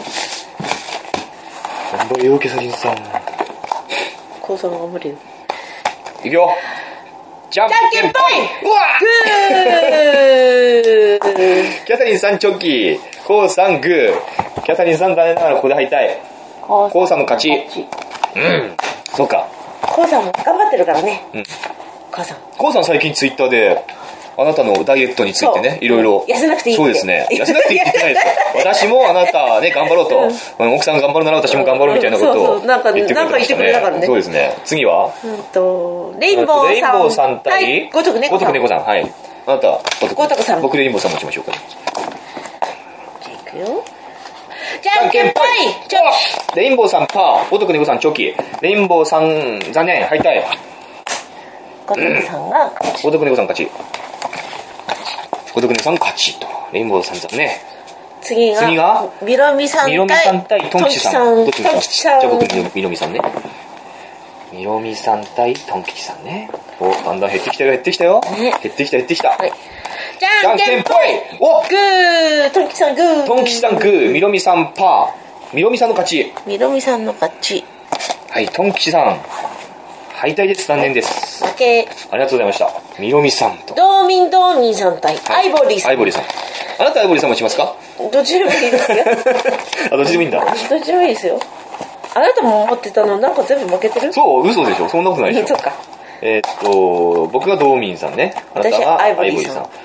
Speaker 1: 頑張れよ、キャサリンさん。
Speaker 2: コウさん頑張れよ。
Speaker 1: いくよ。じゃんけんぽい。うわ
Speaker 2: グー。
Speaker 1: キャサリンさんチョキ、コウさんグー。キャサリンさん残念ながらここで敗退。コウさんの勝ち。そうか。
Speaker 2: コウさんも頑張ってるからね。
Speaker 1: コウさん最近ツイッターであなたのダイエットについてね、いろいろ。
Speaker 2: 痩せなくていいって。
Speaker 1: そうですね。痩せなくていいって言ってないですよ。私もあなたね、頑張ろうと。奥さんが頑張るなら私も頑張ろうみたいなことを言ってくれてましたね。そうですね。次は
Speaker 2: レインボーさん
Speaker 1: 対
Speaker 2: ごとくねこさん。
Speaker 1: はい。あなた、
Speaker 2: ごとくさん。
Speaker 1: 僕レインボーさん持ちましょうか。
Speaker 2: じゃあいくよ。じゃんけんぽい。
Speaker 1: レインボーさんパー、ごとくねこさんチョキ。レインボーさん残念、敗退。
Speaker 2: ごとくさんが
Speaker 1: ごとくねこさん勝ち。ごとくねさん勝ちと。レインボーさん残念。
Speaker 2: 次がみろみさん
Speaker 1: 対トン吉さん。どっちですか？
Speaker 2: トン吉さん。
Speaker 1: じゃあ僕みろみさんね。みろみさん対トン吉さんね。 お、だんだん減ってきたよ、減ってきたよ。
Speaker 2: ね
Speaker 1: 減ってきた、減ってきた。
Speaker 2: はい。じゃんけんぽい。
Speaker 1: お、
Speaker 2: グー。トンキさんグー。
Speaker 1: トン吉さんグー、みろみさんパー。みろみさんの勝ち。
Speaker 2: みろみさんの勝ち。
Speaker 1: はい、トン吉さん。敗退です、残念です。
Speaker 2: 負け。
Speaker 1: ありがとうございました。みろみさんと。
Speaker 2: ドーミンさん対アイボリーさん。
Speaker 1: アイボリーさん。あなたアイボリーさん持ちますか？
Speaker 2: どっちでもいいですよ。
Speaker 1: あ、どっちでもいいんだ。
Speaker 2: どっちでもいいですよ。あなたも持ってたのなんか全部負けてる？
Speaker 1: そう、嘘でしょ、そんなことないでしょ。
Speaker 2: そっか。
Speaker 1: 僕がドーミンさんね。あなたがアイボリーさん。はい、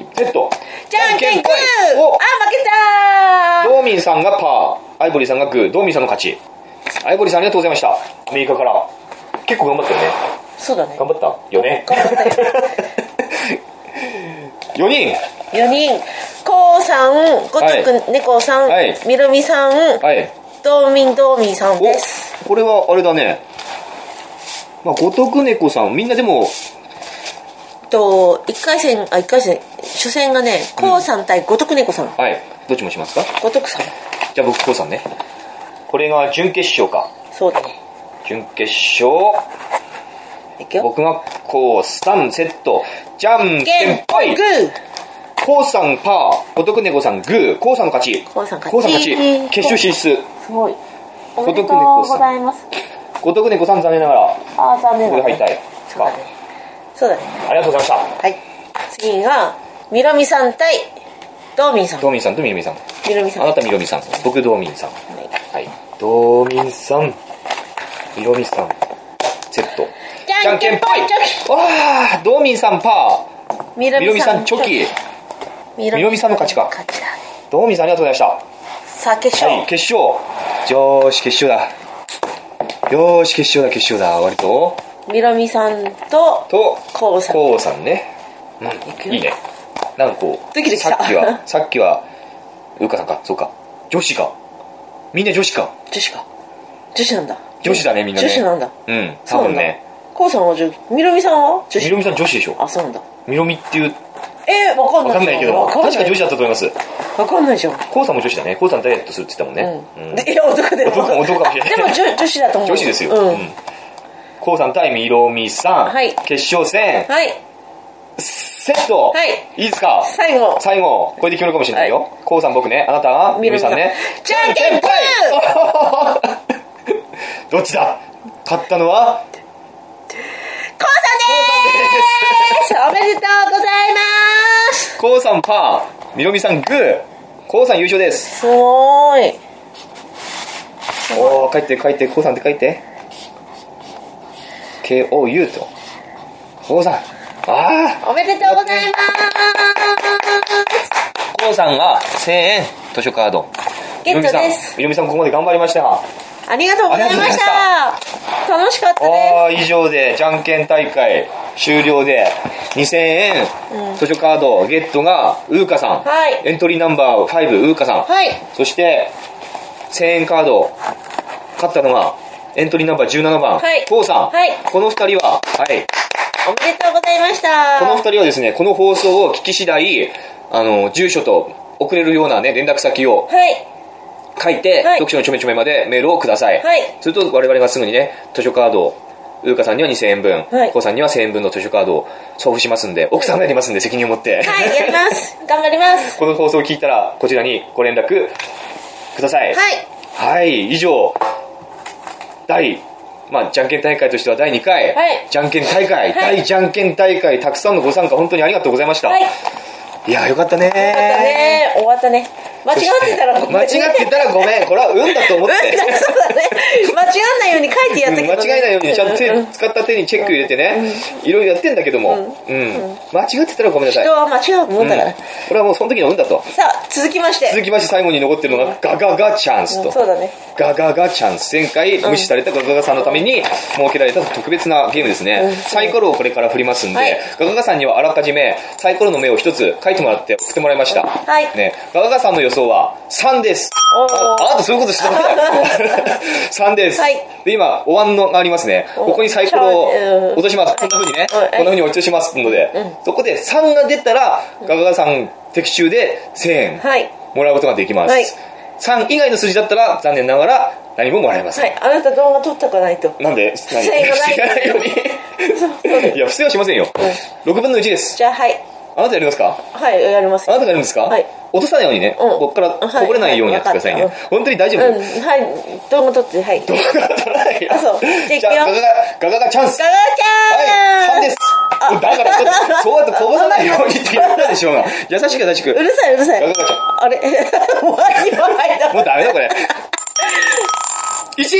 Speaker 1: セット。
Speaker 2: じゃんけんグー。
Speaker 1: お、
Speaker 2: あ、負けたー。
Speaker 1: ドーミンさんがパー、アイボリーさんがグー、ドーミンさんの勝ち。アイボリーさんありがとうございました。アメリカから。結構頑張ったよね。
Speaker 2: そうだね。
Speaker 1: 頑張ったよね。
Speaker 2: 頑張ったよ。
Speaker 1: 4人。
Speaker 2: 4人。こうさん、ごつく猫さん、
Speaker 1: はい、
Speaker 2: みるみさん、
Speaker 1: はい。
Speaker 2: ドーミンさんです。
Speaker 1: お、これはあれだね。まあ、ごとく猫さん、みんなでも、
Speaker 2: 1回戦、初戦がね、こうさん対ごとく猫さん。
Speaker 1: はい。どっちもしますか？
Speaker 2: ごとくさん。
Speaker 1: じゃあ僕、こうさんね。これが準決勝か。
Speaker 2: そうだね。
Speaker 1: 準決勝。
Speaker 2: いくよ。
Speaker 1: 僕がこう、スタンセット。じゃんけんぽい。
Speaker 2: グー。
Speaker 1: こうさんパー、ごとく猫さんグー、こうさんの勝ち。
Speaker 2: こうさん勝ち。
Speaker 1: こうさん勝ち。決勝進出。
Speaker 2: すごい。おめでとうございます。
Speaker 1: ごとく猫さん残念ながら。
Speaker 2: あー、残念だね。
Speaker 1: ここで敗退。
Speaker 2: そうだね。そうだね。
Speaker 1: ありがとうございました。
Speaker 2: はい。次が、みろみさん対ドーミンさん。
Speaker 1: ドーミンさんとみろみさん。
Speaker 2: みろみさん。
Speaker 1: あなたみろみさん。僕ドーミンさん。はい。ドーミンさん、みろみさん。セット。
Speaker 2: じゃんけんぽい。
Speaker 1: わー、ドーミンさんパー。
Speaker 2: みろみさんチョキ。
Speaker 1: みろみさんの勝ちか。
Speaker 2: 勝ちだね。
Speaker 1: ドーミンさんありがとうございま
Speaker 2: した。さあ、決勝。
Speaker 1: はい、決勝。よーし、決勝だ。よーし、決勝だ。割と。
Speaker 2: みろみさんと、こうさん。
Speaker 1: こうさんね。うん、いいね。なんかこう、
Speaker 2: ドキドキした。
Speaker 1: さっきは、うかさんか、そうか。女子か。みんな女子か。
Speaker 2: 女子なんだ。
Speaker 1: 女子だね、みんなね。
Speaker 2: 女子なんだ。
Speaker 1: うん、多分ね。
Speaker 2: こうさんはみろみさんは女子？
Speaker 1: みろみさん女子でしょ。
Speaker 2: あ、そうなんだ。
Speaker 1: みろみっていう。
Speaker 2: わかんない。
Speaker 1: わかんないけど、確か女子だったと思います。
Speaker 2: わかんないじゃん。
Speaker 1: こうさんも女子だね。こうさんダイエットするって言ったもんね。
Speaker 2: いや、男でも。
Speaker 1: 男かもしれない。
Speaker 2: でも女子だと思う。
Speaker 1: 女子ですよ。こうさん対みろみさん。
Speaker 2: はい。
Speaker 1: 決勝戦。
Speaker 2: はい。
Speaker 1: セット。
Speaker 2: はい。
Speaker 1: いいですか？
Speaker 2: 最後。
Speaker 1: これで決めるかもしれないよ。こうさん僕ね。あなたがみろみさんね。
Speaker 2: じゃんけんぽい。
Speaker 1: どっちだ？勝ったのは
Speaker 2: こうさんでーす。おめでとうございます。
Speaker 1: こうさんパー、みろみさんグー。こうさん優勝です。
Speaker 2: すごーい。
Speaker 1: おー、書いて、こうさんって書いて。KOU と。こうさん。
Speaker 2: おめでとうございます。
Speaker 1: こうさんが1000円図書カード。
Speaker 2: ゲットです。
Speaker 1: みろみさんここまで頑張りました。
Speaker 2: ありがとうございました。楽しかったです。
Speaker 1: 以上でじゃんけん大会終了で2000円図書カードゲットがウーカさん、
Speaker 2: はい、
Speaker 1: エントリーナンバー5ウーカさん、
Speaker 2: はい、
Speaker 1: そして1000円カード勝ったのがエントリーナンバー17番、
Speaker 2: はい、
Speaker 1: コウさん、
Speaker 2: はい、
Speaker 1: この2人は、はい、
Speaker 2: おめでとうございました。
Speaker 1: この2人はですね、この放送を聞き次第住所と送れるようなね連絡先を、はい書いて、はい、読書のちょめちょめまでメールをください。はい。すると我々がすぐにね、図書カードを、ウーカさんには2000円分、はい、コウさんには1000円分の図書カードを送付しますんで、奥さんがやりますんで責任を持って。
Speaker 2: はい、やります。頑張ります。
Speaker 1: この放送を聞いたら、こちらにご連絡ください。はい。はい、以上、じゃんけん大会としては第2回、はい、じゃんけん大会、はい、大じゃんけん大会、たくさんのご参加本当にありがとうございました。はい。いやーよかったねー。よかった
Speaker 2: ねー。終わったね。間違ってたらごめん。
Speaker 1: 間違ってたらごめん。これは運だと思って。
Speaker 2: そうだね。間違んないように書いてやったけど、ね。
Speaker 1: 間違えないようにちゃんと使った手にチェック入れてね、いろいろやってんだけども、間違ってたらごめんなさい。
Speaker 2: 人は間違うもんだから。
Speaker 1: これはもうその時の運だと。
Speaker 2: さあ、続きまして
Speaker 1: 最後に残ってるのがガガガチャンスと。
Speaker 2: そうだね。
Speaker 1: ガガガチャンス。前回無視されたガガガさんのために設けられた特別なゲームですね。サイコロをこれから振りますんで、ガガガさんにはあらかじめサイコロの目を一つ書いてもらって送ってもらいました。はい。ね、ガガガさんの予想は3です。あなたそういうことしてたんだ。3です。はい。で、今、お椀がありますね。ここにサイコロを落とします。こんな風にね。こんな風に落としますので、そこで3が出たら、ガガガさん的中で1000円もらうことができます。はい。 3以外の数字だったら残念ながら何ももらえません。
Speaker 2: はい、あなた動画撮っとかないと。
Speaker 1: なんで
Speaker 2: 不正がない
Speaker 1: ようにいや不正はしませんよ、6分の1です。
Speaker 2: じゃあはい、
Speaker 1: あなたやりますか？
Speaker 2: はい、やります。
Speaker 1: あなたがやるんですか？
Speaker 2: はい。
Speaker 1: 落とさないようにね、こっからこぼれないようにやってくださいね。本当に大丈夫？
Speaker 2: はい、動画撮って、はい。
Speaker 1: 動画撮らないよ。
Speaker 2: あ、そう。
Speaker 1: じゃあガガガチャンス。
Speaker 2: ガガちゃ
Speaker 1: んはい、3です。だからそうやってこぼさないようにって言ったでしょうが。優しく優しく。
Speaker 2: うるさい。
Speaker 1: ガガガチャン。
Speaker 2: あれもう入った。
Speaker 1: もうダメだこれ。1！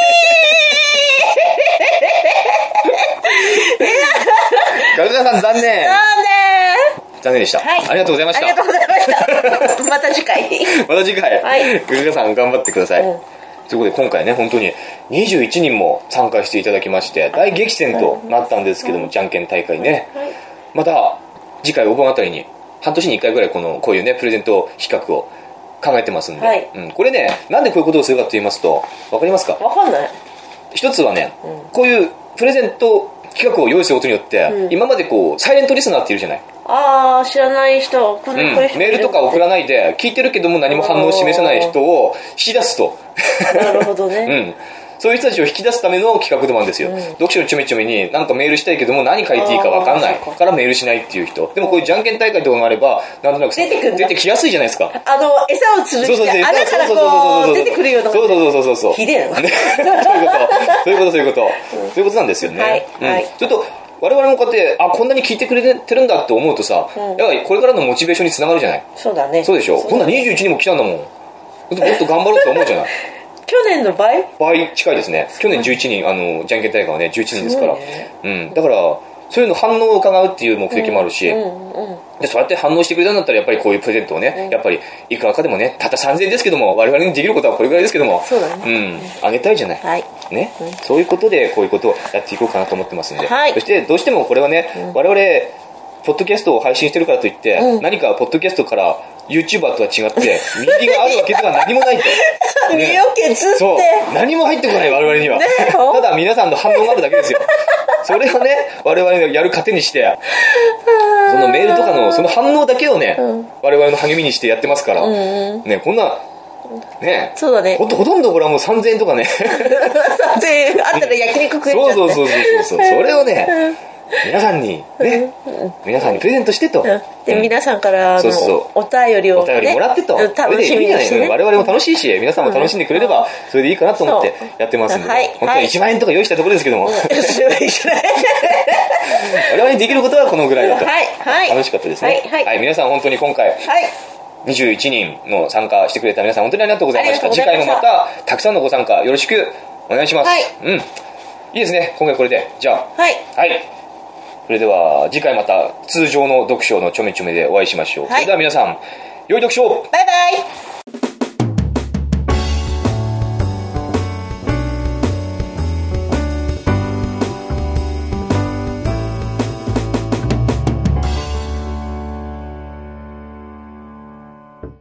Speaker 1: ガガガさん残念。残念でした。
Speaker 2: はい。
Speaker 1: ありがとうございました。
Speaker 2: ありがとうございました。また次回。
Speaker 1: また次回。
Speaker 2: はい。
Speaker 1: ガガガさん頑張ってください。ということで今回ね、本当に21人も参加していただきまして、大激戦となったんですけども、じゃんけん大会ね。また次回お盆あたりに半年に1回ぐらいこういうね、プレゼント企画を考えてますんで、
Speaker 2: はい、
Speaker 1: これね、なんでこういうことをするかと言いますと、わかりますか？
Speaker 2: わかんない。
Speaker 1: 一つはね、こういうプレゼント企画を用意することによって、今までサイレントリスナーっているじゃない。
Speaker 2: ああ、知らない人、これ
Speaker 1: メールとか送らないで聞いてるけども何も反応を示さない人を引き出すと。
Speaker 2: なるほどね。
Speaker 1: そういう人たちを引き出すための企画でもあるんですよ。読書のちょめちょめになんかメールしたいけども何書いていいか分かんないからメールしないっていう人。でもこういうじゃんけん大会とかがあればなんとなく出てきやすいじゃないですか。
Speaker 2: 餌を潰して穴からこう出てくるような。
Speaker 1: そう。
Speaker 2: ひでえな。
Speaker 1: そういうことなんですよね。ちょっと我々もこうやってこんなに聞いてくれてるんだって思うとさ、やはりこれからのモチベーションにつながるじゃない。
Speaker 2: そうだね。
Speaker 1: そうでしょ。こんな21人も来たんだもん。もっと頑張ろうって思うじゃない。
Speaker 2: 去年の倍
Speaker 1: 近いですね。去年11人、じゃんけん大会はね、11人ですから。だから、そういうの反応を伺うっていう目的もあるし、でそうやって反応してくれたんだったら、やっぱりこういうプレゼントをね、やっぱりいくらかでもね、たった3000円ですけども、我々にできることはこれぐらいですけども、あげたいじゃない。ね。そういうことで、こういうことをやっていこうかなと思ってますんで。そして、どうしてもこれはね、我々、ポッドキャストを配信してるからといって、何かポッドキャストから、YouTuber とは違って人気があるわけでは何もないと、
Speaker 2: 身を削って
Speaker 1: そう何も入ってこない我々には、ただ皆さんの反応があるだけですよ。それをね我々のやる糧にしてそのメールとかのその反応だけをね、我々の励みにしてやってますから、ね、こんなね、
Speaker 2: そうだね。
Speaker 1: ほとんどこれはもう3000円とかね
Speaker 2: 3000円あったら焼肉食えちゃって、
Speaker 1: そうそれをね皆さんにプレゼントしてと、
Speaker 2: で皆さんからお便りを
Speaker 1: もらってと、
Speaker 2: 楽しみにしてね、
Speaker 1: 我々も楽しいし皆さんも楽しんでくれればそれでいいかなと思ってやってますんで、本当に1万円とか用意したところですけども、我々にできることはこのぐらいだと。楽しかったですね。皆さん本当に今回21人の参加してくれた皆さん本当にありがとうございました。次回もまたたくさんのご参加よろしくお願いします。いいですね、今回これで。じゃあそれでは次回また通常の読書のちょめちょめでお会いしましょう。それでは皆さん良い読書を。
Speaker 2: バイバイ。